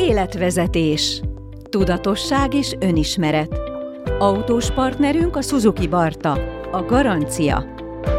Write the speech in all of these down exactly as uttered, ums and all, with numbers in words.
Életvezetés. Tudatosság és önismeret. Autós partnerünk a Suzuki Barta, a Garancia.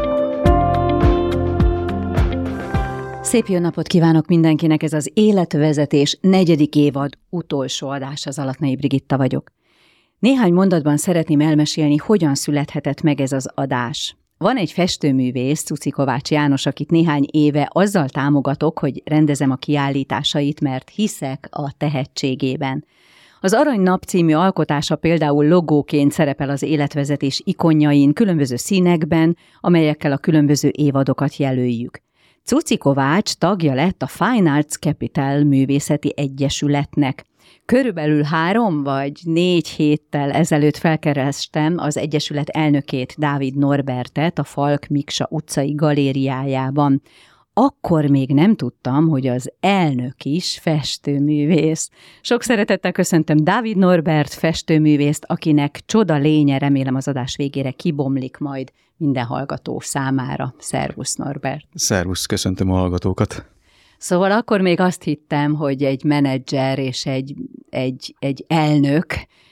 Szép jó napot kívánok mindenkinek, ez az Életvezetés negyedik évad utolsó adás, az Alatnai Brigitta vagyok. Néhány mondatban szeretném elmesélni, hogyan születhetett meg ez az adás. Van egy festőművész, Cuci Kovács János, akit néhány éve azzal támogatok, hogy rendezem a kiállításait, mert hiszek a tehetségében. Az Arany Nap című alkotása például logóként szerepel az életvezetés ikonjain, különböző színekben, amelyekkel a különböző évadokat jelöljük. Cuci Kovács tagja lett a Fine Arts Capital művészeti egyesületnek. Körülbelül három vagy négy héttel ezelőtt felkerestem az egyesület elnökét, Dávid Norbertet a Falk Miksa utcai galériájában. Akkor még nem tudtam, hogy az elnök is festőművész. Sok szeretettel köszöntöm Dávid Norbert festőművészt, akinek csoda lénye, remélem az adás végére kibomlik majd minden hallgató számára. Szervusz, Norbert! Szervusz, köszöntöm a hallgatókat! Szóval akkor még azt hittem, hogy egy menedzser és egy, egy, egy elnök,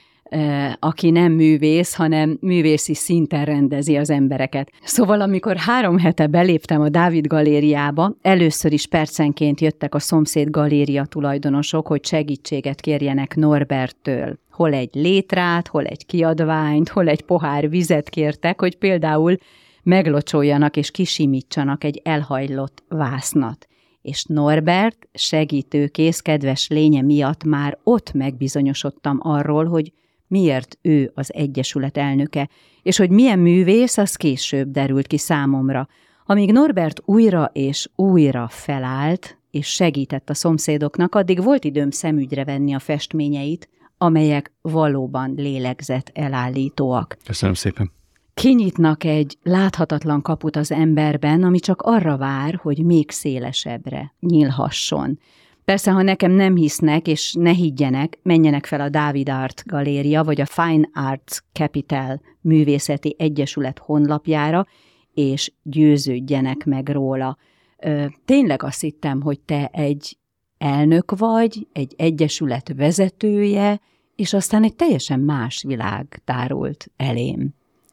aki nem művész, hanem művészi szinten rendezi az embereket. Szóval amikor három hete beléptem a Dávid galériába, először is percenként jöttek a szomszéd galéria tulajdonosok, hogy segítséget kérjenek Norberttől. Hol egy létrát, hol egy kiadványt, hol egy pohár vizet kértek, hogy például meglocsoljanak és kisimítsanak egy elhajlott vásznat. És Norbert segítőkész kedves lénye miatt már ott megbizonyosodtam arról, hogy miért ő az egyesület elnöke, és hogy milyen művész, az később derült ki számomra. Amíg Norbert újra és újra felállt, és segített a szomszédoknak, addig volt időm szemügyre venni a festményeit, amelyek valóban lélegzet elállítóak. Köszönöm szépen. Kinyitnak egy láthatatlan kaput az emberben, ami csak arra vár, hogy még szélesebbre nyílhasson. Persze, ha nekem nem hisznek, és ne higgyenek, menjenek fel a Dávid Art Galéria, vagy a Fine Arts Capital művészeti egyesület honlapjára, és győződjenek meg róla. Ö, tényleg azt hittem, hogy te egy elnök vagy, egy egyesület vezetője, és aztán egy teljesen más világ tárult elém.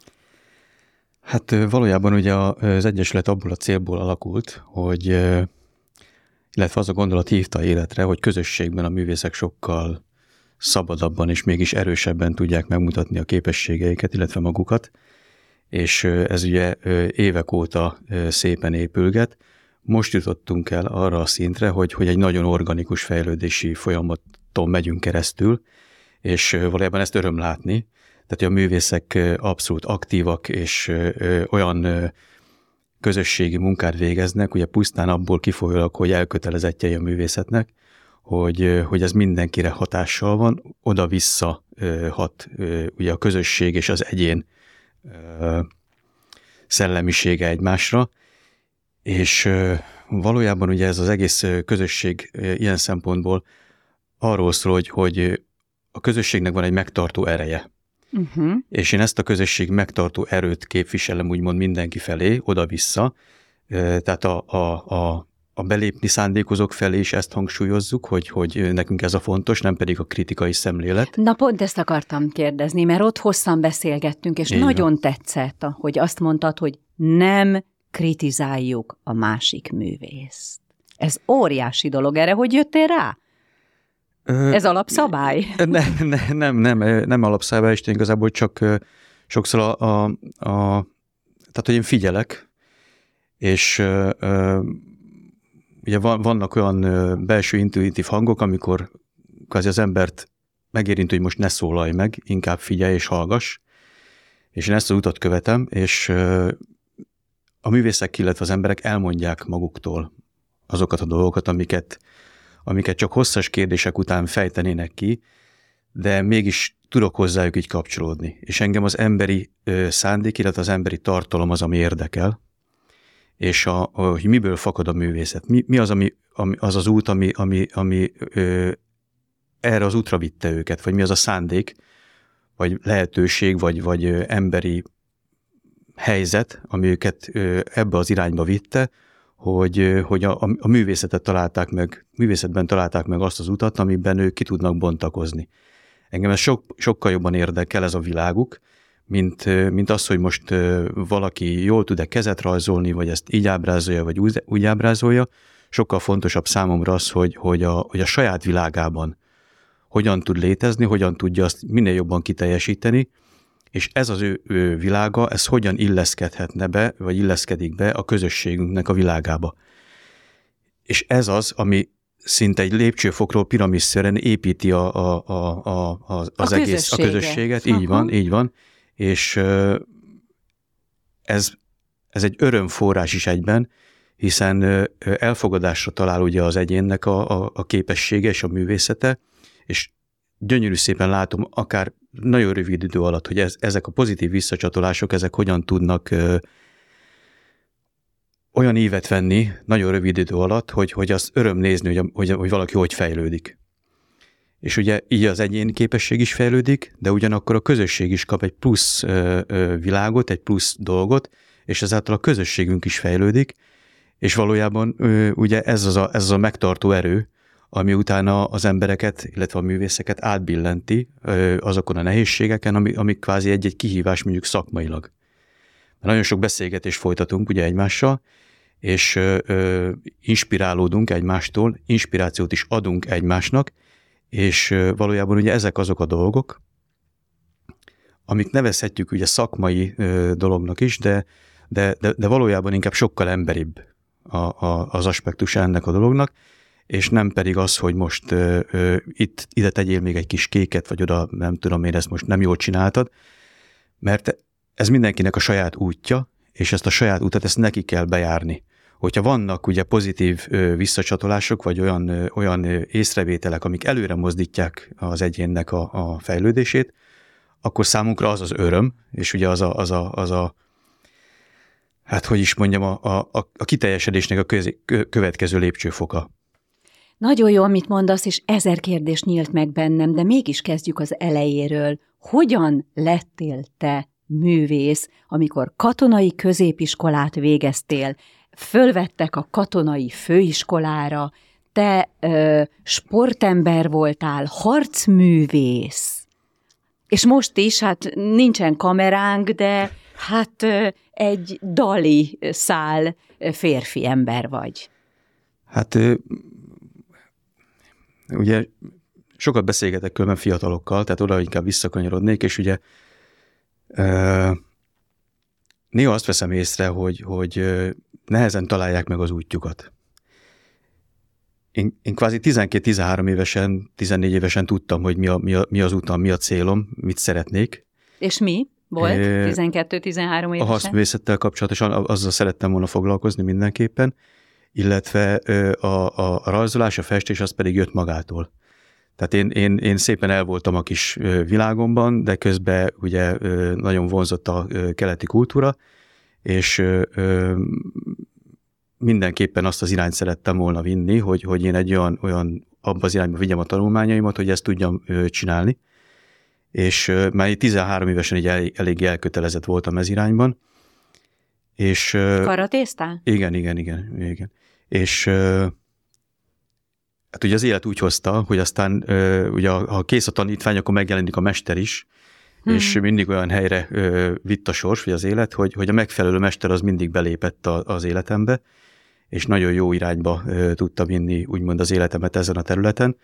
Hát valójában ugye az egyesület abból a célból alakult, hogy, illetve az a gondolat hívta életre, hogy közösségben a művészek sokkal szabadabban és mégis erősebben tudják megmutatni a képességeiket, illetve magukat, és ez ugye évek óta szépen épülget. Most jutottunk el arra a szintre, hogy, hogy egy nagyon organikus fejlődési folyamaton megyünk keresztül, és valójában ezt öröm látni. Tehát, hogy a művészek abszolút aktívak, és olyan közösségi munkát végeznek, ugye pusztán abból kifolyólag, hogy elkötelezettjei a művészetnek, hogy, hogy ez mindenkire hatással van, oda-vissza hat ugye a közösség és az egyén szellemisége egymásra, és valójában ugye ez az egész közösség ilyen szempontból arról szól, hogy, hogy a közösségnek van egy megtartó ereje. Uh-huh. És én ezt a közösség megtartó erőt képviselem úgymond mindenki felé, oda-vissza, tehát a, a, a, a belépni szándékozók felé is ezt hangsúlyozzuk, hogy, hogy nekünk ez a fontos, nem pedig a kritikai szemlélet. Na pont ezt akartam kérdezni, mert ott hosszan beszélgettünk, és Én nagyon van. tetszett, hogy azt mondtad, hogy nem kritizáljuk a másik művészt. Ez óriási dolog, erre hogy jöttél rá? Ez alapszabály? Nem, nem, nem, nem, nem alapszabály, és igazából csak sokszor a, a, a tehát, hogy én figyelek, és ö, ugye van, vannak olyan belső intuitív hangok, amikor kvázi az embert megérintő, hogy most ne szólalj meg, inkább figyelj és hallgass, és én ezt az utat követem, és ö, a művészek, illetve az emberek elmondják maguktól azokat a dolgokat, amiket amiket csak hosszas kérdések után fejtenének ki, de mégis tudok hozzájuk így kapcsolódni. És engem az emberi ö, szándék, illetve az emberi tartalom az, ami érdekel, és a, a, hogy miből fakad a művészet. Mi, mi az, ami, ami, az az út, ami, ami, ami ö, erre az útra vitte őket, vagy mi az a szándék, vagy lehetőség, vagy, vagy ö, emberi helyzet, ami őket ö, ebbe az irányba vitte, hogy, hogy a, a művészetet találták meg, művészetben találták meg azt az utat, amiben ők ki tudnak bontakozni. Engem ez sok, sokkal jobban érdekel ez a világuk, mint, mint az, hogy most valaki jól tud-e kezet rajzolni, vagy ezt így ábrázolja, vagy úgy, úgy ábrázolja. Sokkal fontosabb számomra az, hogy, hogy, a, hogy a saját világában hogyan tud létezni, hogyan tudja azt minél jobban kiteljesíteni, és ez az ő, ő világa, ez hogyan illeszkedhetne be, vagy illeszkedik be a közösségünknek a világába. És ez az, ami szinte egy lépcsőfokról piramisszeren építi a, a, a, a, az a egész a közösséget. Így van, így van. És ez, ez egy örömforrás is egyben, hiszen elfogadásra talál ugye az egyénnek a, a, a képessége és a művészete, és gyönyörű szépen látom, akár nagyon rövid idő alatt, hogy ez, ezek a pozitív visszacsatolások, ezek hogyan tudnak ö, olyan ívet venni nagyon rövid idő alatt, hogy, hogy az öröm nézni, hogy, hogy, hogy valaki hogy fejlődik. És ugye így az egyéni képesség is fejlődik, de ugyanakkor a közösség is kap egy plusz ö, ö, világot, egy plusz dolgot, és ezáltal a közösségünk is fejlődik, és valójában ö, ugye ez az, a, ez az a megtartó erő, ami utána az embereket, illetve a művészeket átbillenti ö, azokon a nehézségeken, ami, amik kvázi egy-egy kihívás mondjuk szakmailag. Nagyon sok beszélgetést folytatunk ugye egymással, és ö, ö, inspirálódunk egymástól, inspirációt is adunk egymásnak, és ö, valójában ugye ezek azok a dolgok, amik nevezhetjük ugye szakmai ö, dolognak is, de, de, de, de valójában inkább sokkal emberibb a, a, az aspektus ennek a dolognak, és nem pedig az, hogy most ö, ö, itt ide tegyél még egy kis kéket, vagy oda nem tudom én, ezt most nem jól csináltad, mert ez mindenkinek a saját útja, és ezt a saját utat, ezt neki kell bejárni. Hogyha vannak ugye pozitív ö, visszacsatolások, vagy olyan, ö, olyan ö, észrevételek, amik előre mozdítják az egyénnek a, a fejlődését, akkor számunkra az az öröm, és ugye az a, az a, az a hát hogy is mondjam, a, a, a kiteljesedésnek a köz, következő lépcsőfoka. Nagyon jó, amit mondasz, és ezer kérdés nyílt meg bennem, de mégis kezdjük az elejéről. Hogyan lettél te művész, amikor katonai középiskolát végeztél, fölvettek a katonai főiskolára, te ö, sportember voltál, harcművész, és most is, hát nincsen kameránk, de hát ö, egy dali szál férfi ember vagy. Hát ö, ugye sokat beszélgetek különben fiatalokkal, tehát oda inkább visszakanyarodnék, és ugye ö, néha azt veszem észre, hogy, hogy nehezen találják meg az útjukat. Én, én kvázi tizenkét-tizenhárom évesen, tizennégy évesen tudtam, hogy mi, a, mi, a, mi az utam, mi a célom, mit szeretnék. És mi volt tizenkét-tizenhárom évesen? A harcművészettel kapcsolatosan azzal szerettem volna foglalkozni mindenképpen, illetve a, a, a rajzolás, a festés, az pedig jött magától. Tehát én, én, én szépen el voltam a kis világomban, de közben ugye nagyon vonzott a keleti kultúra, és mindenképpen azt az irányt szerettem volna vinni, hogy, hogy én egy olyan, olyan abba az irányba vigyem a tanulmányaimat, hogy ezt tudjam csinálni. És már tizenhárom évesen így elég, elég elkötelezett voltam ez irányban. És, karatéztál? Igen, igen, igen, igen. És hát ugye az élet úgy hozta, hogy aztán ugye ha kész a tanítvány, akkor megjelenik a mester is, hmm. és mindig olyan helyre vitt a sors, vagy az élet, hogy, hogy a megfelelő mester az mindig belépett a, az életembe, és nagyon jó irányba tudta vinni úgymond az életemet ezen a területen.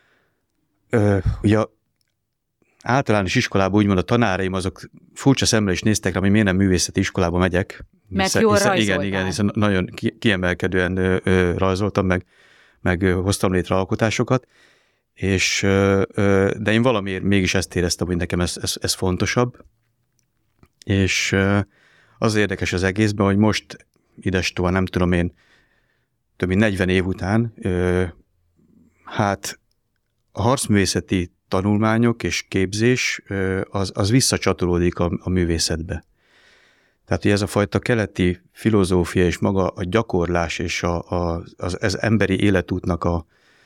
Ugye általános iskolában úgymond a tanáraim azok furcsa szemmel is néztek rá, hogy miért nem művészeti iskolába megyek. Mert hiszen, jól hiszen, Igen, igen, hiszen nagyon kiemelkedően ö, ö, rajzoltam, meg, meg ö, hoztam létre alkotásokat, és, ö, ö, de én valamiért mégis ezt éreztem, hogy nekem ez, ez, ez fontosabb. És ö, az érdekes az egészben, hogy most idestova, nem tudom én, több mint negyven év után, ö, hát a harcművészeti tanulmányok és képzés az, az visszacsatolódik a, a művészetbe. Tehát, hogy ez a fajta keleti filozófia és maga a gyakorlás és a, a, az, az emberi életútnak a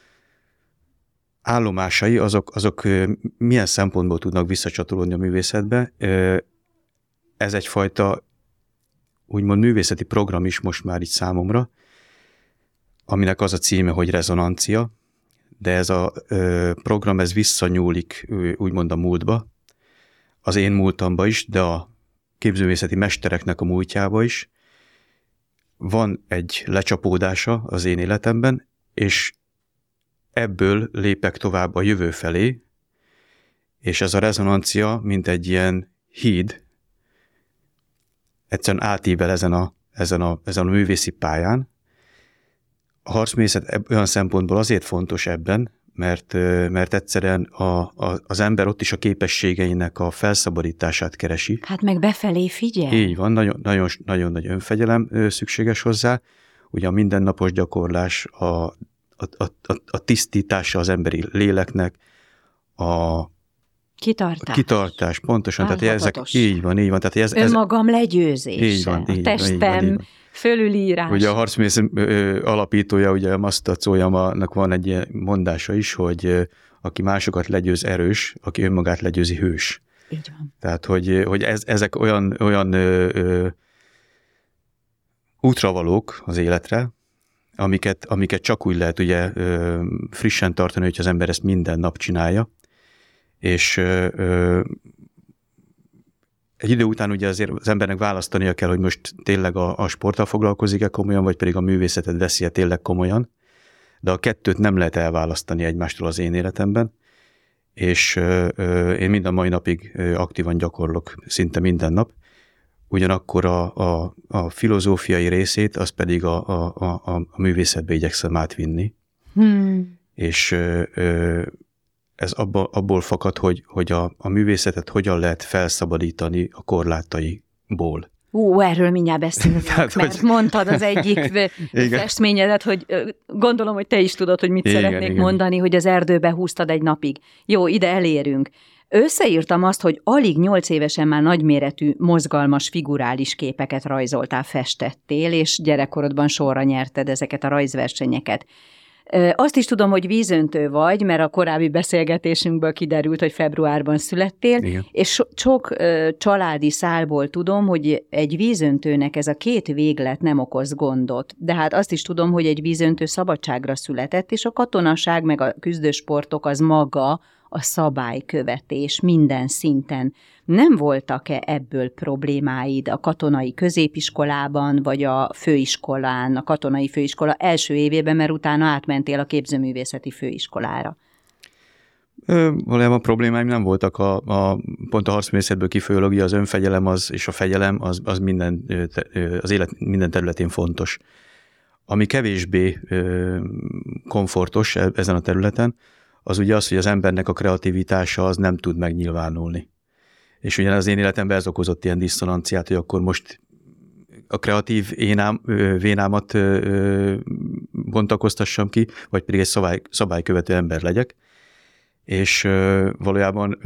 állomásai, azok, azok milyen szempontból tudnak visszacsatolódni a művészetbe. Ez egyfajta úgymond művészeti program is most már így számomra, aminek az a címe, hogy Rezonancia, de ez a ö, program, ez visszanyúlik ö, úgymond a múltba, az én múltamba is, de a képzőművészeti mestereknek a múltjába is. Van egy lecsapódása az én életemben, és ebből lépek tovább a jövő felé, és ez a rezonancia, mint egy ilyen híd, egyszerűen átível ezen a, ezen a, ezen a művészi pályán. A harcművészet olyan szempontból azért fontos ebben, mert, mert egyszerűen a, a, az ember ott is a képességeinek a felszabadítását keresi. Hát meg befelé figyel. Így van, nagyon, nagyon, nagyon nagy önfegyelem szükséges hozzá. Ugye a mindennapos gyakorlás, a, a, a, a tisztítása az emberi léleknek, a Kitartás. Kitartás, pontosan. Tehát ezek, így van, így van. Tehát ez, ez, önmagam legyőzése. Így van, így a testem így van, így van. fölülírás. Ugye a harcművész alapítója, ugye a Masta Cójamának van egy ilyen mondása is, hogy aki másokat legyőz erős, aki önmagát legyőzi hős. Így van. Tehát, hogy, hogy ez, ezek olyan, olyan ö, ö, útravalók az életre, amiket, amiket csak úgy lehet ugye ö, frissen tartani, hogy az ember ezt minden nap csinálja. És ö, ö, egy idő után ugye azért az embernek választania kell, hogy most tényleg a, a sporttal foglalkozik-e komolyan, vagy pedig a művészetet veszi-e tényleg komolyan, de a kettőt nem lehet elválasztani egymástól az én életemben, és ö, ö, én minden mai napig ö, aktívan gyakorlok szinte minden nap, ugyanakkor a, a, a filozófiai részét, az pedig a, a, a, a művészetbe igyekszem átvinni, hmm. és ö, ö, ez abba, abból fakad, hogy, hogy a, a művészetet hogyan lehet felszabadítani a korlátaiból. Ú, erről mindjárt beszélünk, Tehát, mert hogy... mondtad az egyik festményedet, hogy gondolom, hogy te is tudod, hogy mit igen, szeretnék igen. mondani, hogy az erdőbe húztad egy napig. Jó, ide elérünk. Összeírtam azt, hogy alig nyolc évesen már nagyméretű, mozgalmas, figurális képeket rajzoltál, festettél, és gyerekkorodban sorra nyerted ezeket a rajzversenyeket. Azt is tudom, hogy vízöntő vagy, mert a korábbi beszélgetésünkből kiderült, hogy februárban születtél, igen. és sok családi szálból tudom, hogy egy vízöntőnek ez a két véglet nem okoz gondot. De hát azt is tudom, hogy egy vízöntő szabadságra született, és a katonaság meg a küzdősportok az maga a szabálykövetés minden szinten. Nem voltak-e ebből problémáid a katonai középiskolában, vagy a főiskolán, a katonai főiskola első évében, mert utána átmentél a képzőművészeti főiskolára? Ö, valójában problémáim nem voltak. A, a, pont a harcművészetből kifolyólag az önfegyelem az, és a fegyelem az, az minden, az élet minden területén fontos. Ami kevésbé ö, komfortos ezen a területen, az ugye az, hogy az embernek a kreativitása az nem tud megnyilvánulni. És ugyan az én életemben ez okozott ilyen diszonanciát, hogy akkor most a kreatív énám, vénámat bontakoztassam ki, vagy pedig egy szabály, szabálykövető ember legyek. És valójában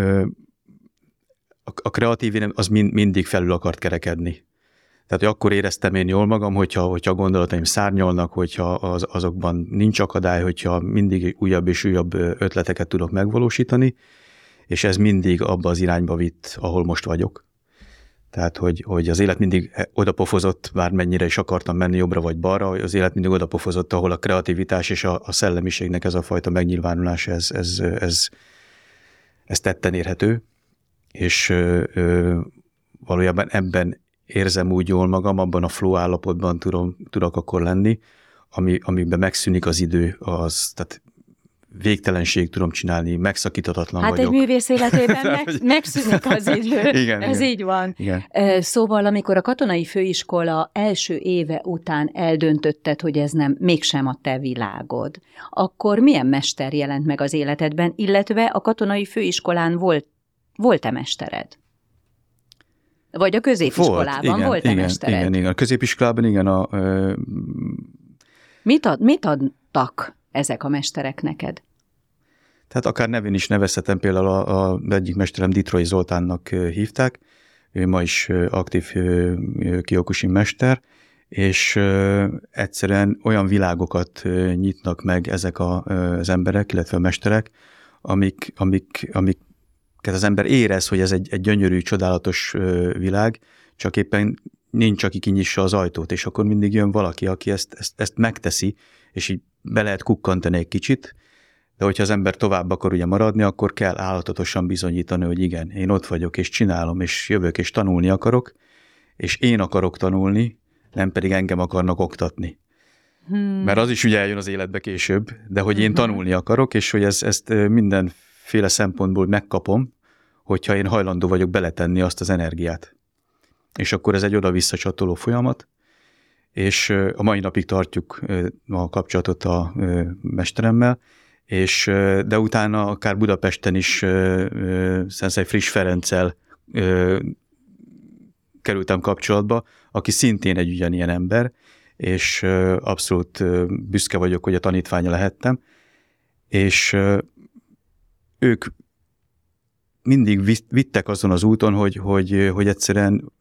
a kreatív énem az mind, mindig felül akart kerekedni. Tehát, hogy akkor éreztem én jól magam, hogyha, hogyha a gondolataim szárnyalnak, hogyha az, azokban nincs akadály, hogyha mindig újabb és újabb ötleteket tudok megvalósítani, és ez mindig abba az irányba vitt, ahol most vagyok. Tehát, hogy, hogy az élet mindig odapofozott, bármennyire is akartam menni jobbra vagy balra, az élet mindig odapofozott, ahol a kreativitás és a, a szellemiségnek ez a fajta megnyilvánulás, ez, ez, ez, ez tetten érhető, és ö, ö, valójában ebben érzem úgy jól magam, abban a flow állapotban tudom, tudok akkor lenni, ami, amiben megszűnik az idő, az, tehát végtelenség tudom csinálni, megszakíthatatlan hát vagyok. Hát egy művész életében meg, megszűnik az idő. Igen, Ez igen. így van. Igen. Szóval, amikor a katonai főiskola első éve után eldöntötted, hogy ez nem, mégsem a te világod, akkor milyen mester jelent meg az életedben, illetve a katonai főiskolán volt, volt-e mestered? Vagy a középiskolában volt, igen, volt-e mestered? Igen, igen. A középiskolában igen. A, ö... mit, ad, mit adtak ezek a mesterek neked? Tehát akár nevén is nevezhetem, például a, a egyik mesterem Ditrói Zoltánnak hívták, ő ma is aktív Kyokushin mester, és egyszerűen olyan világokat nyitnak meg ezek a, az emberek, illetve a mesterek, amik, amik, amiket az ember érez, hogy ez egy, egy gyönyörű, csodálatos világ, csak éppen nincs, aki kinyissa az ajtót, és akkor mindig jön valaki, aki ezt, ezt, ezt megteszi, és így be lehet kukkantani egy kicsit, de hogyha az ember tovább akar ugye maradni, akkor kell állatatosan bizonyítani, hogy igen, én ott vagyok, és csinálom, és jövök, és tanulni akarok, és én akarok tanulni, nem pedig engem akarnak oktatni. Hmm. Mert az is ugye eljön az életbe később, de hogy én tanulni akarok, és hogy ez, ezt mindenféle szempontból megkapom, hogyha én hajlandó vagyok beletenni azt az energiát. És akkor ez egy oda-visszacsatoló folyamat, és a mai napig tartjuk a kapcsolatot a mesteremmel, és, de utána akár Budapesten is Szentszer Friss Ferenccel kerültem kapcsolatba, aki szintén egy ugyanilyen ember, és abszolút büszke vagyok, hogy a tanítványa lehettem, és ők mindig vittek azon az úton, hogy, hogy, hogy egyszerűen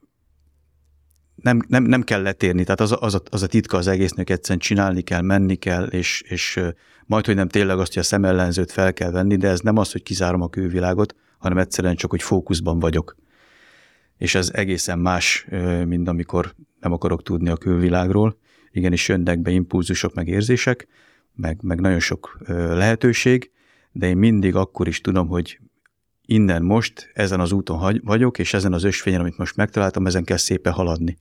nem, nem, nem kell letérni, tehát az, az, a, az a titka az egésznek, egyszerűen csinálni kell, menni kell, és, és majd, hogy nem tényleg azt, hogy a szemellenzőt fel kell venni, de ez nem az, hogy kizárom a külvilágot, hanem egyszerűen csak, hogy fókuszban vagyok. És ez egészen más, mint amikor nem akarok tudni a külvilágról. Igenis jönnek be impulzusok, meg érzések, meg, meg nagyon sok lehetőség, de én mindig akkor is tudom, hogy innen most, ezen az úton vagyok, és ezen az ösvényen, amit most megtaláltam, ezen kell szépen haladni.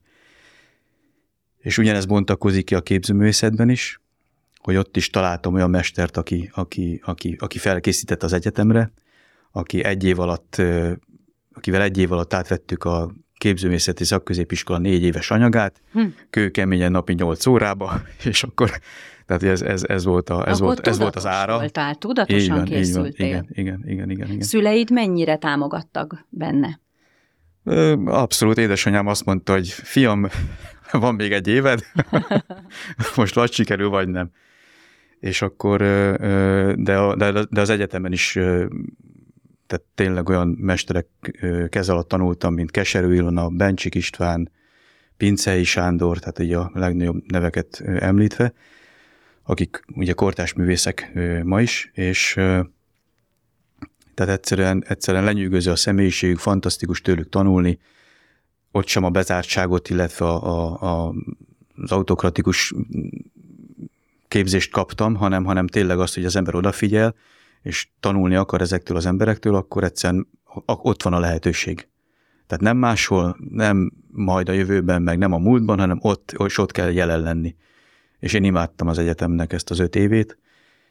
És ugyanez bontakozik ki a képzőművészetben is, hogy ott is találtam olyan mestert, aki, aki, aki, aki felkészített az egyetemre, aki egy év alatt, akivel egy év alatt átvettük a képzőművészeti szakközépiskola négy éves anyagát, hm. kőkeményen napi nyolc órába, és akkor, tehát ez, ez, ez, volt, a, ez, volt, ez volt az ára. Voltál, tudatosan van, készültél. Igen, igen, igen, igen, igen. Szüleid mennyire támogattak benne? Abszolút, édesanyám azt mondta, hogy fiam, van még egy éved, most vagy sikerül, vagy nem. És akkor, de, de, de az egyetemen is, tehát tényleg olyan mesterek kez alatt tanultam, mint Keserű Ilona, Bencsik István, Pincei Sándor, tehát ugye a legnagyobb neveket említve, akik ugye kortárs művészek ma is, és tehát egyszerűen, egyszerűen lenyűgöző a személyiségük, fantasztikus tőlük tanulni, ott sem a bezártságot, illetve a, a, a, az autokratikus képzést kaptam, hanem, hanem tényleg azt, hogy az ember odafigyel, és tanulni akar ezektől az emberektől, akkor egyszerűen ott van a lehetőség. Tehát nem máshol, nem majd a jövőben, meg nem a múltban, hanem ott, és ott kell jelen lenni. És én imádtam az egyetemnek ezt az öt évét,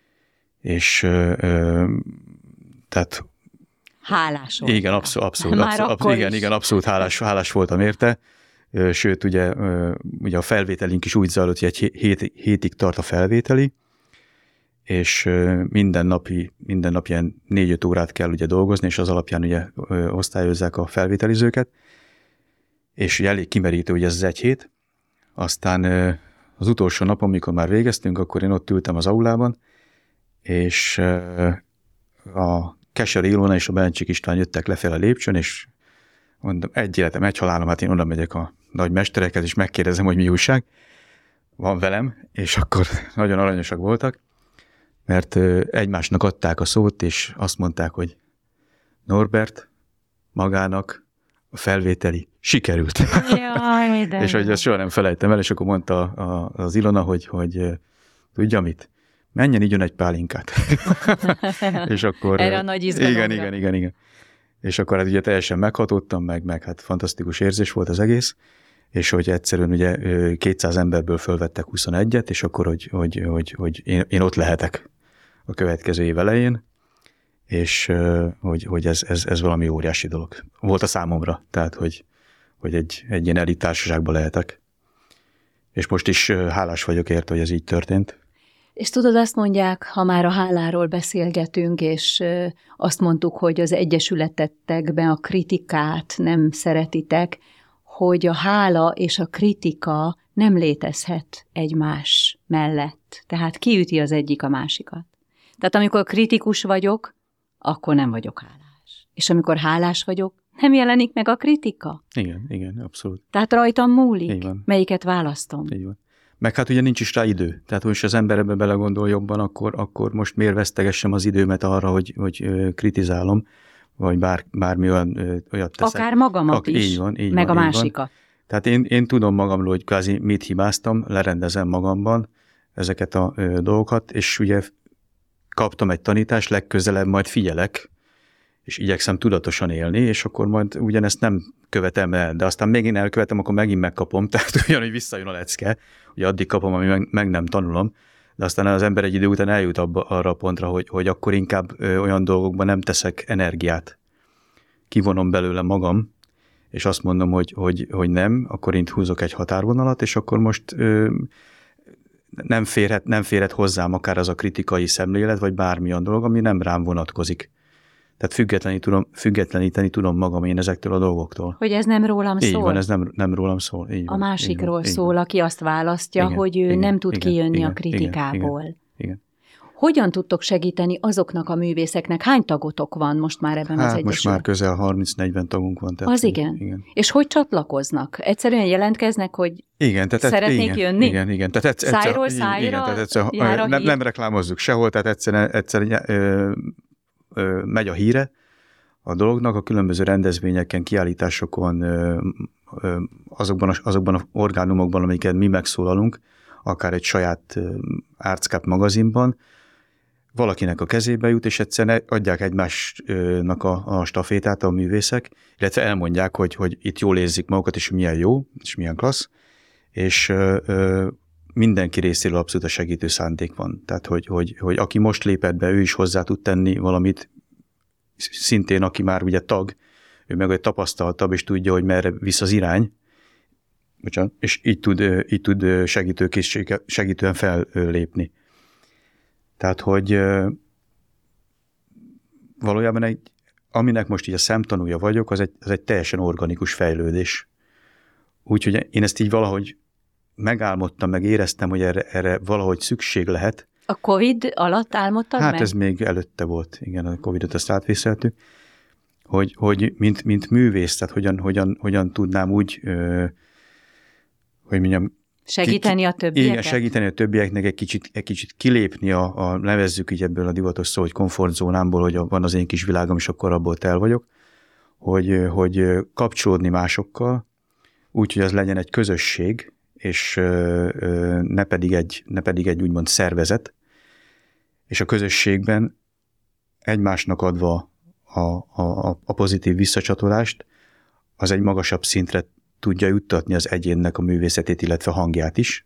és ö, ö, tehát... Hálás voltam. Igen, abszolút, abszolút, abszolút, abszolút, igen, igen, abszolút hálás, hálás voltam érte. Sőt, ugye, ugye a felvételink is úgy zajlott, hogy egy hét, hétig tart a felvételi, és minden napi, minden nap ilyen négy-öt órát kell ugye dolgozni, és az alapján ugye osztályozzák a felvételizőket, és ugye elég kimerítő ugye ez az egy hét. Aztán az utolsó napon, amikor már végeztünk, akkor én ott ültem az aulában, és a Keserű Ilona és a Bencsik István jöttek lefelé a lépcsőn, és mondom, egy életem, egy halálom, hát én oda megyek a nagy mesterekhez, és megkérdezem, hogy mi újság van velem, és akkor nagyon aranyosak voltak, mert egymásnak adták a szót, és azt mondták, hogy Norbert magának a felvételi sikerült. Jaj, de és hogy ezt soha nem felejtem el, és akkor mondta a, az Ilona, hogy, hogy tudja mit? Menjen, igyon egy pálinkát. és akkor... Erre a nagy izgalomra. Igen, igen, igen, igen. És akkor hát ugye teljesen meghatottam, meg, meg hát fantasztikus érzés volt az egész, és hogy egyszerűen ugye kétszáz emberből fölvettek huszonegyet, és akkor, hogy, hogy, hogy, hogy én, én ott lehetek a következő év elején, és hogy, hogy ez, ez, ez valami óriási dolog volt a számomra, tehát hogy, hogy egy, egy ilyen elit társaságban lehetek. És most is hálás vagyok érte, hogy ez így történt. És tudod, azt mondják, ha már a háláról beszélgetünk, és azt mondtuk, hogy az egyesületetekben a kritikát nem szeretitek, hogy a hála és a kritika nem létezhet egymás mellett. Tehát kiüti az egyik a másikat. Tehát amikor kritikus vagyok, akkor nem vagyok hálás. És amikor hálás vagyok, nem jelenik meg a kritika. Igen, igen, abszolút. Tehát rajtam múlik, melyiket választom. Így van. Meg hát ugye nincs is rá idő. Tehát most az ember ebbe belegondol jobban, akkor, akkor most miért vesztegessem az időmet arra, hogy, hogy kritizálom, vagy bár, bármi olyan, olyat teszek. Akár magamat Ak- is, így van, így meg van, a így másikat. Van. Tehát én, én tudom magamról, hogy kvázi mit hibáztam, lerendezem magamban, ezeket a dolgokat, és ugye kaptam egy tanítást, legközelebb majd figyelek, és igyekszem tudatosan élni, és akkor majd ugyanezt nem követem el, de aztán még én elkövetem, akkor megint megkapom, tehát ugyanúgy visszajön a lecke, ugye addig kapom, ami meg, meg nem tanulom, de aztán az ember egy idő után eljut abba, arra a pontra, hogy, hogy akkor inkább ö, olyan dolgokban nem teszek energiát. Kivonom belőle magam, és azt mondom, hogy, hogy, hogy nem, akkor én húzok egy határvonalat, és akkor most ö, nem, férhet, nem férhet hozzám akár az a kritikai szemlélet, vagy bármilyen dolog, ami nem rám vonatkozik. Tehát függetleníteni tudom, függetleníteni tudom magam én ezektől a dolgoktól. Hogy ez nem rólam így szól? Így van, ez nem, nem rólam szól. Így a van, másikról így van, szól, így aki azt választja, igen, hogy ő igen, nem tud igen, kijönni igen, a kritikából. Igen, igen. Hogyan tudtok segíteni azoknak a művészeknek? Hány tagotok van most már ebben hát az egyesületben? Most már közel harminc-negyven tagunk van. Tehát az igen. igen. És hogy csatlakoznak? Egyszerűen jelentkeznek, hogy igen, tehát szeretnék igen, jönni? Igen, igen. Tehát egyszer, Szájról szájra igen, tehát egyszer, jár nem, nem reklámozzuk sehol, tehát egyszerűen, egyszerűen ö, ö, megy a híre a dolognak, a különböző rendezvényeken, kiállításokon, ö, ö, azokban, a, azokban az orgánumokban, amiket mi megszólalunk, akár egy saját Artscape magazinban, valakinek a kezébe jut, és egyszerűen adják egymásnak a, a stafétát a művészek, illetve elmondják, hogy, hogy itt jól érzik magukat, és milyen jó, és milyen klassz, és ö, ö, mindenki részéről abszolút a segítő szándék van. Tehát, hogy, hogy, hogy aki most lépett be, ő is hozzá tud tenni valamit, szintén aki már ugye tag, ő meg egy tapasztaltabb, és tudja, hogy merre visz az irány, bocsánat, és így tud, így tud segítőkészséggel, segítően fellépni. Tehát, hogy valójában egy, aminek most így a szemtanúja vagyok, az egy, az egy teljesen organikus fejlődés. Úgyhogy én ezt így valahogy megálmodtam, meg éreztem, hogy erre, erre valahogy szükség lehet. A Covid alatt álmodtad Hát meg? ez még előtte volt, igen, a Covidot ezt átvészeltük, hogy, hogy mint, mint művész, tehát hogyan, hogyan, hogyan tudnám úgy, ö, hogy mondjam, segíteni a többieket? Igen, segíteni a többieknek egy kicsit, egy kicsit kilépni a, a, nevezzük így ebből a divatos szó, hogy komfortzónámból, hogy van az én kis világom, és akkor abból el vagyok, hogy, hogy kapcsolódni másokkal, úgy, hogy az legyen egy közösség, és ne pedig egy, ne pedig egy úgymond szervezet, és a közösségben egymásnak adva a, a, a pozitív visszacsatolást, az egy magasabb szintre tudja juttatni az egyénnek a művészetét, illetve hangját is.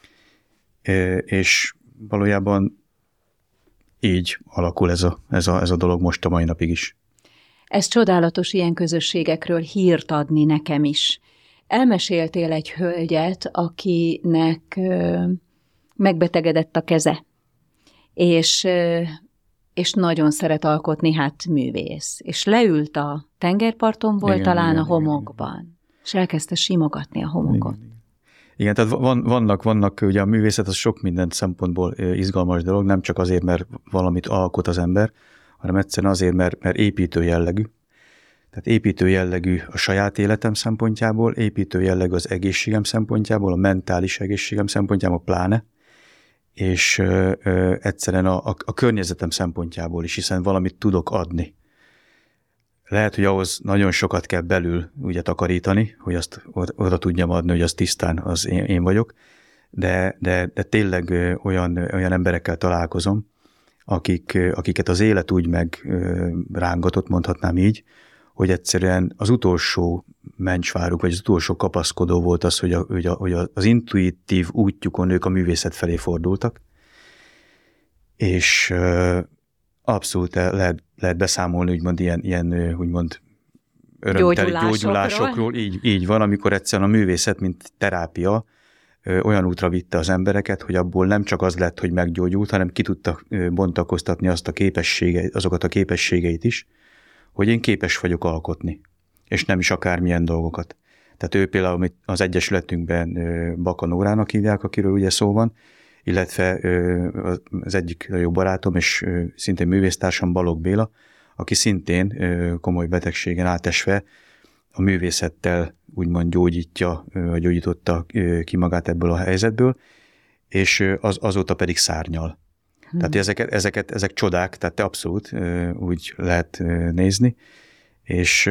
És valójában így alakul ez a, ez a, ez a dolog most a mai napig is. Ez csodálatos ilyen közösségekről hírt adni nekem is. Elmeséltél egy hölgyet, akinek megbetegedett a keze, és, és nagyon szeret alkotni, hát művész. És leült a tengerparton, volt igen, talán igen, a homokban. Igen. És elkezdte simogatni a homokot. Igen, igen tehát van, vannak, vannak, ugye a művészet az sok minden szempontból izgalmas dolog, nem csak azért, mert valamit alkot az ember, hanem egyszerűen azért, mert, mert építő jellegű. Tehát építő jellegű a saját életem szempontjából, építő jellegű az egészségem szempontjából, a mentális egészségem szempontjából pláne, és ö, ö, egyszerűen a, a, a környezetem szempontjából is, hiszen valamit tudok adni. Lehet, hogy ahhoz nagyon sokat kell belül ugye takarítani, hogy azt oda tudjam adni, hogy az tisztán az én, én vagyok, de, de, de tényleg olyan, olyan emberekkel találkozom, akik, akiket az élet úgy megrángatott, mondhatnám így, hogy egyszerűen az utolsó mencsváruk, vagy az utolsó kapaszkodó volt az, hogy, a, hogy, a, hogy az intuitív útjukon ők a művészet felé fordultak, és abszolút lehet, lehet beszámolni, úgymond ilyen, ilyen úgymond örömteli gyógyulásokról. Így, így van, amikor egyszerűen a művészet, mint terápia olyan útra vitte az embereket, hogy abból nem csak az lett, hogy meggyógyult, hanem ki tudta bontakoztatni azt a képességeit, azokat a képességeit is, hogy én képes vagyok alkotni, és nem is akármilyen dolgokat. Tehát ő például az egyesületünkben Baka Nórának hívják, akiről ugye szó van, illetve az egyik jó barátom, és szintén művésztársam Balogh Béla, aki szintén komoly betegségen átesve a művészettel úgymond gyógyítja, vagy gyógyította ki magát ebből a helyzetből, és az, azóta pedig szárnyal. Hmm. Tehát ezeket, ezeket, ezek csodák, tehát abszolút úgy lehet nézni, és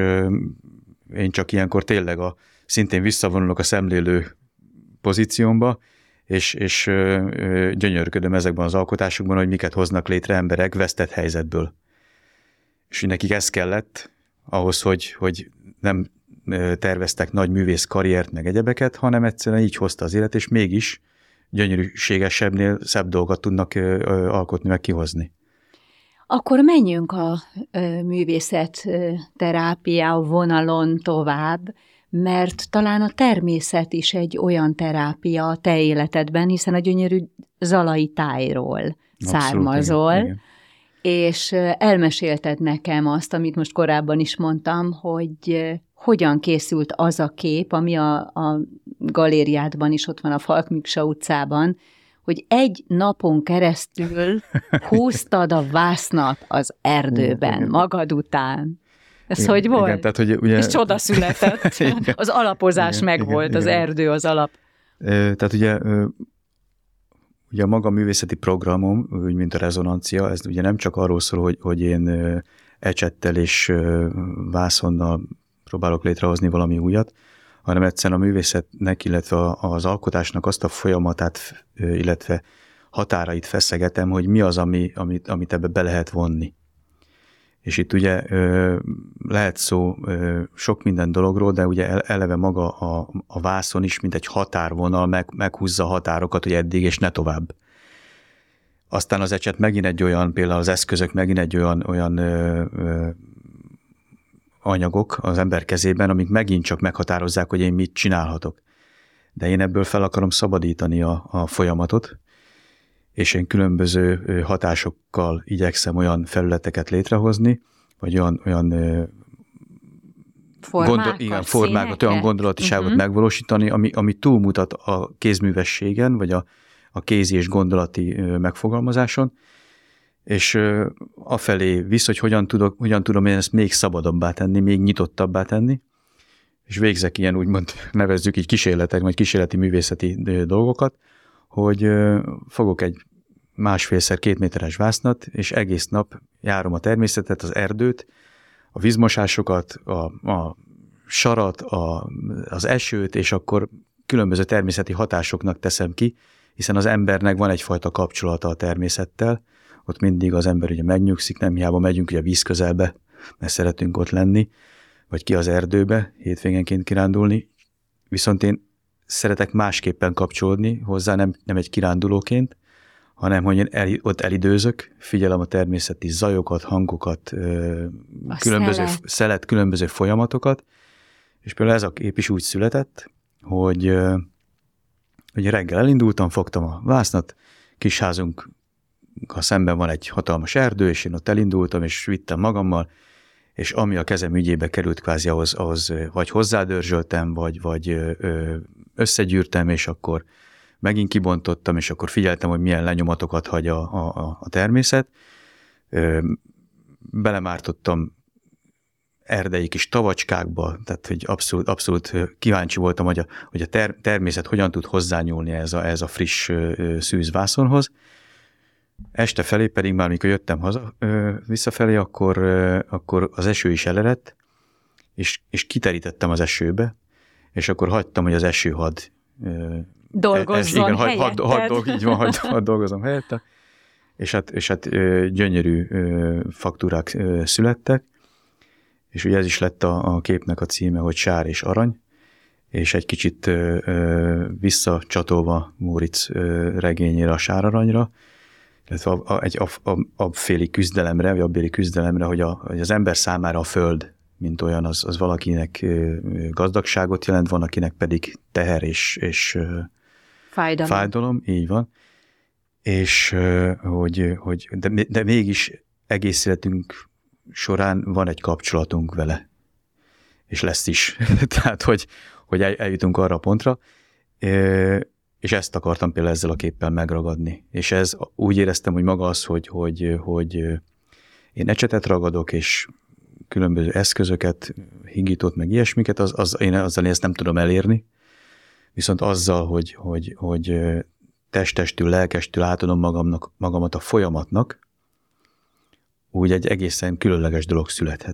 én csak ilyenkor tényleg a, szintén visszavonulok a szemlélő pozíciómba, és, és gyönyörködöm ezekben az alkotásokban, hogy miket hoznak létre emberek vesztett helyzetből. És nekik ez kellett ahhoz, hogy, hogy nem terveztek nagy művész karriert, meg egyebeket, hanem egyszerűen így hozta az élet, és mégis gyönyörűségesebbnél szebb dolgot tudnak alkotni, meg kihozni. Akkor menjünk a művészet terápia vonalon tovább, mert talán a természet is egy olyan terápia a te életedben, hiszen a gyönyörű zalai tájról Abszolút, származol, igen, igen. És elmesélted nekem azt, amit most korábban is mondtam, hogy hogyan készült az a kép, ami a, a galériádban is ott van a Falk-Miksa utcában, hogy egy napon keresztül húztad a vásznat az erdőben, igen, magad után. Ez igen, hogy volt? Igen, tehát, hogy ugye... És csoda született. Az alapozás igen, megvolt, igen, az igen. erdő az alap. Tehát ugye, ugye a maga művészeti programom, úgy mint a rezonancia, ez ugye nem csak arról szól, hogy, hogy én ecsettel és vászonnal próbálok létrehozni valami újat, hanem egyszerűen a művészetnek, illetve az alkotásnak azt a folyamatát, illetve határait feszegetem, hogy mi az, ami, amit, amit ebbe be lehet vonni. És itt ugye lehet szó sok minden dologról, de ugye eleve maga a, a vászon is, mint egy határvonal, meg, meghúzza a határokat, hogy eddig és ne tovább. Aztán az ecset megint egy olyan, például az eszközök megint egy olyan, olyan ö, ö, anyagok az ember kezében, amik megint csak meghatározzák, hogy én mit csinálhatok. De én ebből fel akarom szabadítani a, a folyamatot, és én különböző hatásokkal igyekszem olyan felületeket létrehozni, vagy olyan, olyan formákat, gondol, igen, formákat olyan gondolatiságot uh-huh. megvalósítani, ami, ami túlmutat a kézművességen, vagy a, a kézi és gondolati megfogalmazáson, és afelé visz, hogy hogyan, tudok, hogyan tudom én ezt még szabadabbá tenni, még nyitottabbá tenni, és végzek ilyen, úgymond nevezzük így kísérletek, vagy kísérleti művészeti dolgokat, hogy fogok egy másfélszer két méteres vásznat, és egész nap járom a természetet, az erdőt, a vízmosásokat, a, a sarat, a, az esőt, és akkor különböző természeti hatásoknak teszem ki, hiszen az embernek van egyfajta kapcsolata a természettel, ott mindig az ember ugye megnyugszik, nem hiába megyünk ugye a víz közelbe, mert szeretünk ott lenni, vagy ki az erdőbe, hétvégenként kirándulni, viszont én szeretek másképpen kapcsolódni hozzá, nem, nem egy kirándulóként, hanem hogy én el, ott elidőzök, figyelem a természeti zajokat, hangokat, a különböző szelet. szelet, különböző folyamatokat, és például ez a kép is úgy született, hogy, hogy reggel elindultam, fogtam a vásznat, kisházunk, ha szemben van egy hatalmas erdő, és én ott elindultam, és vittem magammal, és ami a kezem ügyébe került kvázi ahhoz, ahhoz vagy hozzádörzsöltem, vagy, vagy összegyűrtem, és akkor megint kibontottam, és akkor figyeltem, hogy milyen lenyomatokat hagy a, a, a természet. Belemártottam erdei kis tavacskákba, tehát hogy abszolút, abszolút kíváncsi voltam, hogy a, hogy a ter, természet hogyan tud hozzányúlni ez a, ez a friss szűz vászonhoz. Este felé pedig már, mikor jöttem haza visszafelé, akkor, akkor az eső is elerett, és, és kiterítettem az esőbe, és akkor hagytam, hogy az esőhad dolgozzon igen, helyetted. Had, had, had, így van, had, had dolgozom helyette, és hát, és hát gyönyörű faktúrák születtek, és ugye ez is lett a, a képnek a címe, hogy Sár és Arany, és egy kicsit visszacsatolva Móricz regényére, a Sáraranyra, illetve a, a, egy abféli küzdelemre, vagy abbéli küzdelemre, hogy, a, hogy az ember számára a föld, mint olyan, az, az valakinek gazdagságot jelent, van, akinek pedig teher és, és fájdalom. fájdalom, így van. És hogy, hogy de, de mégis egész életünk során van egy kapcsolatunk vele, és lesz is. Tehát, hogy, hogy eljutunk arra a pontra, és ezt akartam például ezzel a képpel megragadni. És ez úgy éreztem, hogy maga az, hogy, hogy, hogy én ecsetet ragadok, és különböző eszközöket, higítót, meg ilyesmiket, az, az, én azzal én ezt nem tudom elérni. Viszont azzal, hogy, hogy, hogy testestül, lelkestül átadom magamnak, magamat a folyamatnak, úgy egy egészen különleges dolog születhet.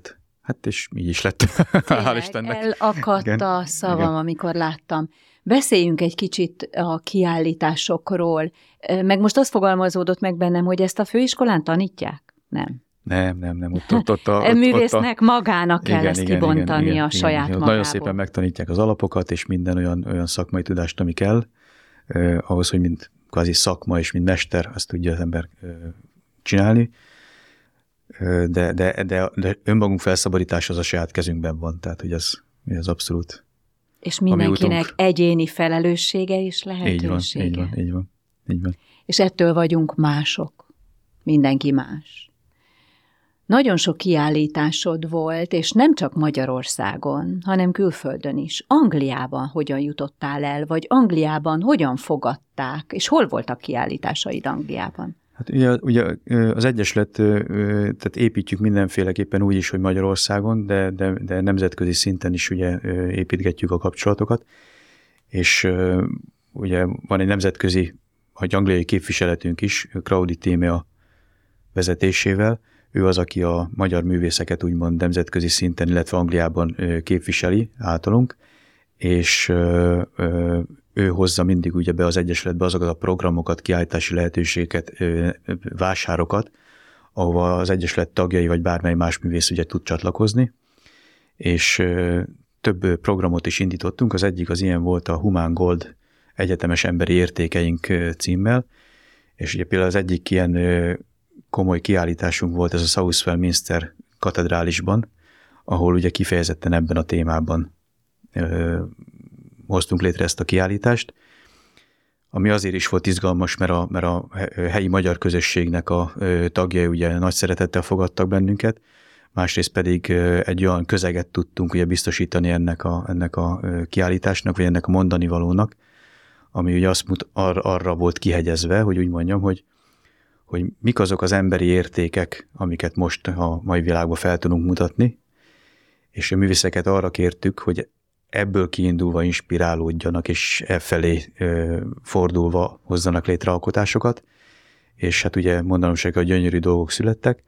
Hát és így is lett. Hál' Istennek. Elakadt igen, a szavam, igen. amikor láttam. Beszéljünk egy kicsit a kiállításokról. Meg most azt fogalmazódott meg bennem, hogy ezt a főiskolán tanítják? Nem. Nem, nem, nem. Ott, ott, ott, ott, művésznek magának kell igen, ezt igen, kibontani igen, a igen, saját igen. magából. Nagyon szépen megtanítják az alapokat, és minden olyan, olyan szakmai tudást, ami kell, eh, ahhoz, hogy mint kvázi szakma és mint mester, azt tudja az ember eh, csinálni. Eh, de, de, de, de önmagunk felszabadítása az a saját kezünkben van, tehát hogy ez, ez abszolút. És mindenkinek egyéni felelőssége és lehetősége. Így van, így van, így van, így van. És ettől vagyunk mások. Mindenki más. Nagyon sok kiállításod volt, és nem csak Magyarországon, hanem külföldön is. Angliában hogyan jutottál el, vagy Angliában hogyan fogadták, és hol voltak kiállításaid Angliában? Hát ugye, ugye az Egyesület, tehát építjük mindenféleképpen úgy is, hogy Magyarországon, de, de, de nemzetközi szinten is ugye építgetjük a kapcsolatokat, és ugye van egy nemzetközi, vagy angliai képviseletünk is, Crowdy Témea vezetésével. Ő az, aki a magyar művészeket úgymond nemzetközi szinten, illetve Angliában képviseli általunk, és ő hozza mindig ugye be az Egyesületbe azokat a programokat, kiállítási lehetőségeket, vásárokat, ahova az Egyesület tagjai vagy bármely más művész ugye tud csatlakozni, és több programot is indítottunk. Az egyik az ilyen volt a Human Gold egyetemes emberi értékeink címmel, és ugye például az egyik ilyen komoly kiállításunk volt ez a Southwell Minster katedrálisban, ahol ugye kifejezetten ebben a témában ö, hoztunk létre ezt a kiállítást, ami azért is volt izgalmas, mert a, mert a helyi magyar közösségnek a tagjai ugye nagy szeretettel fogadtak bennünket, másrészt pedig egy olyan közeget tudtunk ugye biztosítani ennek a, ennek a kiállításnak, vagy ennek a mondani valónak, ami ugye azt mut, ar, arra volt kihegyezve, hogy úgy mondjam, hogy hogy mik azok az emberi értékek, amiket most a mai világban fel tudunk mutatni, és a művészeket arra kértük, hogy ebből kiindulva inspirálódjanak, és e felé fordulva hozzanak létre alkotásokat, és hát ugye mondanom se kell, hogy gyönyörű dolgok születtek,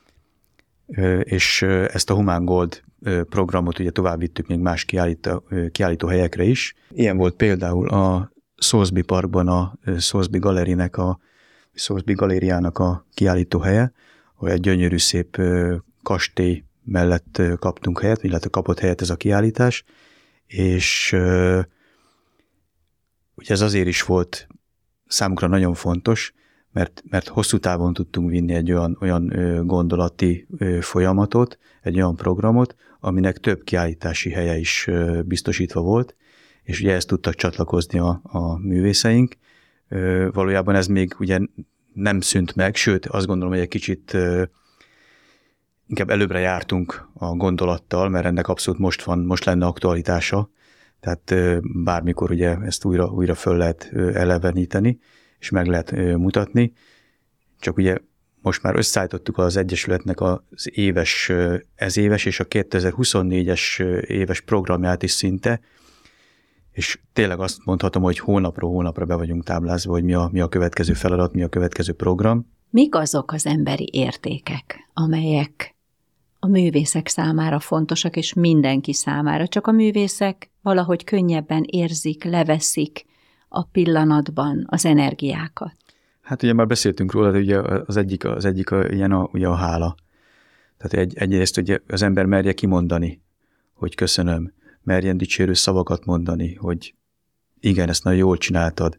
és ezt a Human Gold programot ugye tovább vittük még más kiállító, kiállító helyekre is. Ilyen volt például a Salisbury Parkban a Salisbury Gallerynek a Salisbury Galériának a kiállító helye, ahol egy gyönyörű szép kastély mellett kaptunk helyet, illetve kapott helyet ez a kiállítás, és ugye ez azért is volt számunkra nagyon fontos, mert, mert hosszú távon tudtunk vinni egy olyan, olyan gondolati folyamatot, egy olyan programot, aminek több kiállítási helye is biztosítva volt, és ugye ezt tudtak csatlakozni a, a művészeink. Valójában ez még ugye nem szűnt meg, sőt azt gondolom, hogy egy kicsit inkább előbbre jártunk a gondolattal, mert ennek abszolút most van, most lenne aktualitása, tehát bármikor ugye ezt újra, újra föl lehet eleveníteni, és meg lehet mutatni, csak ugye most már összeállítottuk az Egyesületnek az éves, ez éves és a kétezer-huszonnégyes éves programját is szinte, és tényleg azt mondhatom, hogy hónapról hónapra be vagyunk táblázva, hogy mi a, mi a következő feladat, mi a következő program. Mik azok az emberi értékek, amelyek a művészek számára fontosak, és mindenki számára, csak a művészek valahogy könnyebben érzik, leveszik a pillanatban az energiákat? Hát ugye már beszéltünk róla, de ugye az egyik, az egyik a, ilyen a, ugye a hála. Tehát egy, egyrészt ugye az ember merje kimondani, hogy köszönöm, merjen dicsérő szavakat mondani, hogy igen, ezt nagyon jól csináltad.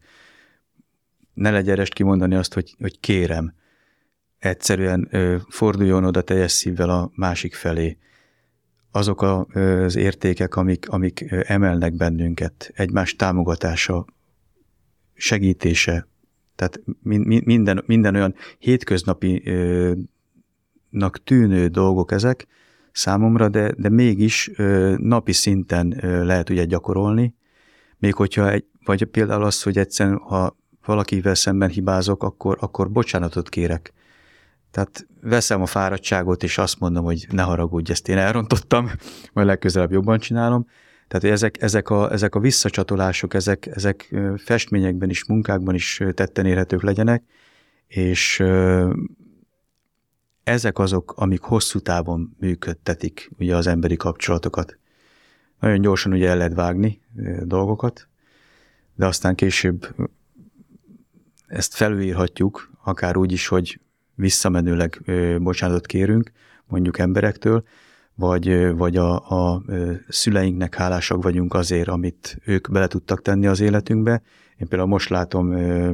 Ne legyen est kimondani azt, hogy, hogy kérem. Egyszerűen ö, forduljon oda teljes szívvel a másik felé. Azok a, ö, az értékek, amik, amik ö, emelnek bennünket, egymás támogatása, segítése, tehát min, minden, minden olyan hétköznapi ö, nak tűnő dolgok ezek számomra, de, de mégis ö, napi szinten ö, lehet ugye gyakorolni, még hogyha egy, vagy például az, hogy egyszerűen, ha valakivel szemben hibázok, akkor, akkor bocsánatot kérek. Tehát veszem a fáradtságot, és azt mondom, hogy ne haragudj, ezt én elrontottam, majd legközelebb jobban csinálom. Tehát ezek, ezek, a, ezek a visszacsatolások, ezek, ezek festményekben is, munkákban is tetten érhetők legyenek, és ezek azok, amik hosszú távon működtetik ugye az emberi kapcsolatokat. Nagyon gyorsan ugye el lehet vágni dolgokat, de aztán később ezt felülírhatjuk, akár úgy is, hogy visszamenőleg bocsánatot kérünk, mondjuk emberektől, vagy, vagy a, a szüleinknek hálásak vagyunk azért, amit ők bele tudtak tenni az életünkbe. Én például most látom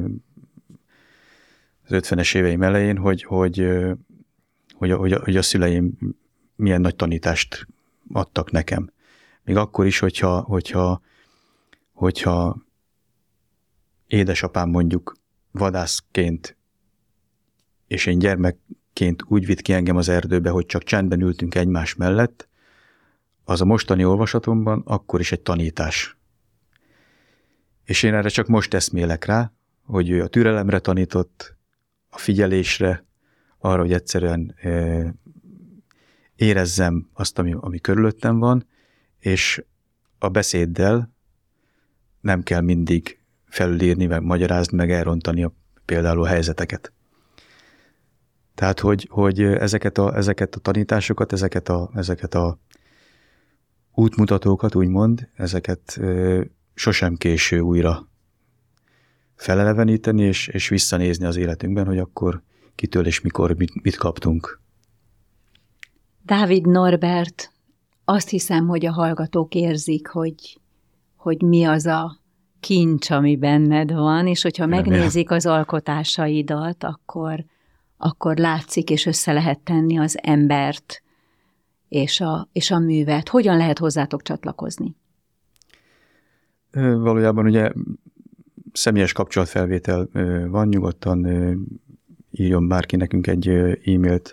az ötvenes éveim elején, hogy, hogy, hogy, hogy, hogy a szüleim milyen nagy tanítást adtak nekem. Még akkor is, hogyha, hogyha, hogyha édesapám mondjuk vadászként, és én gyermekként úgy vitt ki engem az erdőbe, hogy csak csendben ültünk egymás mellett, az a mostani olvasatomban akkor is egy tanítás. És én erre csak most eszmélek rá, hogy ő a türelemre tanított, a figyelésre, arra, hogy egyszerűen e, érezzem azt, ami, ami körülöttem van, és a beszéddel nem kell mindig felülírni, meg magyarázni, meg elrontani a, például a helyzeteket. Tehát, hogy, hogy ezeket, a, ezeket a tanításokat, ezeket a, ezeket a útmutatókat, úgymond, ezeket e, sosem késő újra feleleveníteni, és, és visszanézni az életünkben, hogy akkor kitől és mikor mit, mit kaptunk. Dávid Norbert, azt hiszem, hogy a hallgatók érzik, hogy, hogy mi az a kincs, ami benned van, és hogyha Remélem. megnézik az alkotásaidat, akkor, akkor látszik, és össze lehet tenni az embert és a, és a művet. Hogyan lehet hozzátok csatlakozni? Valójában ugye személyes kapcsolatfelvétel van, nyugodtan írjon bárki nekünk egy e-mailt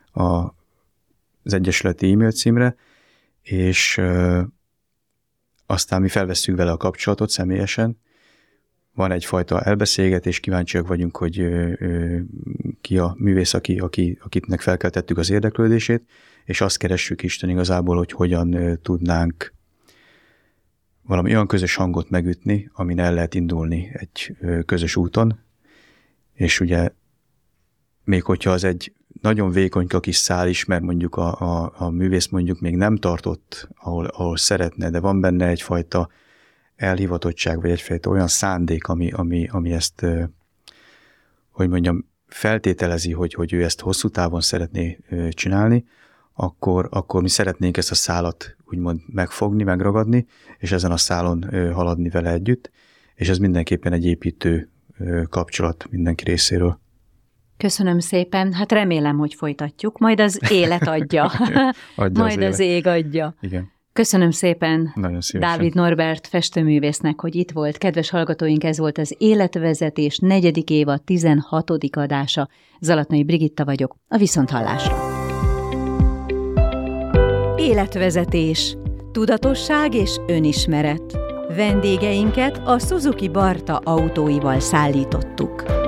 az egyesületi e-mail címre, és aztán mi felvesszük vele a kapcsolatot személyesen. Van egyfajta elbeszélgetés, kíváncsiak vagyunk, hogy ki a művész, aki, aki, akitnek felkeltettük az érdeklődését, és azt keressük Isten igazából, hogy hogyan tudnánk valami olyan közös hangot megütni, amin el lehet indulni egy közös úton, és ugye még hogyha az egy nagyon vékonyka kis szál is, mert mondjuk a, a, a művész mondjuk még nem tartott, ahol, ahol szeretne, de van benne egyfajta elhivatottság, vagy egyfajta olyan szándék, ami, ami, ami ezt, hogy mondjam, feltételezi, hogy, hogy ő ezt hosszú távon szeretné csinálni, akkor, akkor mi szeretnénk ezt a szálat úgymond megfogni, megragadni, és ezen a szálon haladni vele együtt, és ez mindenképpen egy építő kapcsolat mindenki részéről. Köszönöm szépen, hát remélem, hogy folytatjuk, majd az élet adja, adja majd az, az ég adja. Igen. Köszönöm szépen Nagyon Dávid Norbert festőművésznek, hogy itt volt. Kedves hallgatóink, ez volt az Életvezetés negyedik évad tizenhatodik adása. Zalatnai Brigitta vagyok, a viszonthallásra. Életvezetés, tudatosság és önismeret. Vendégeinket a Suzuki Barta autóival szállítottuk.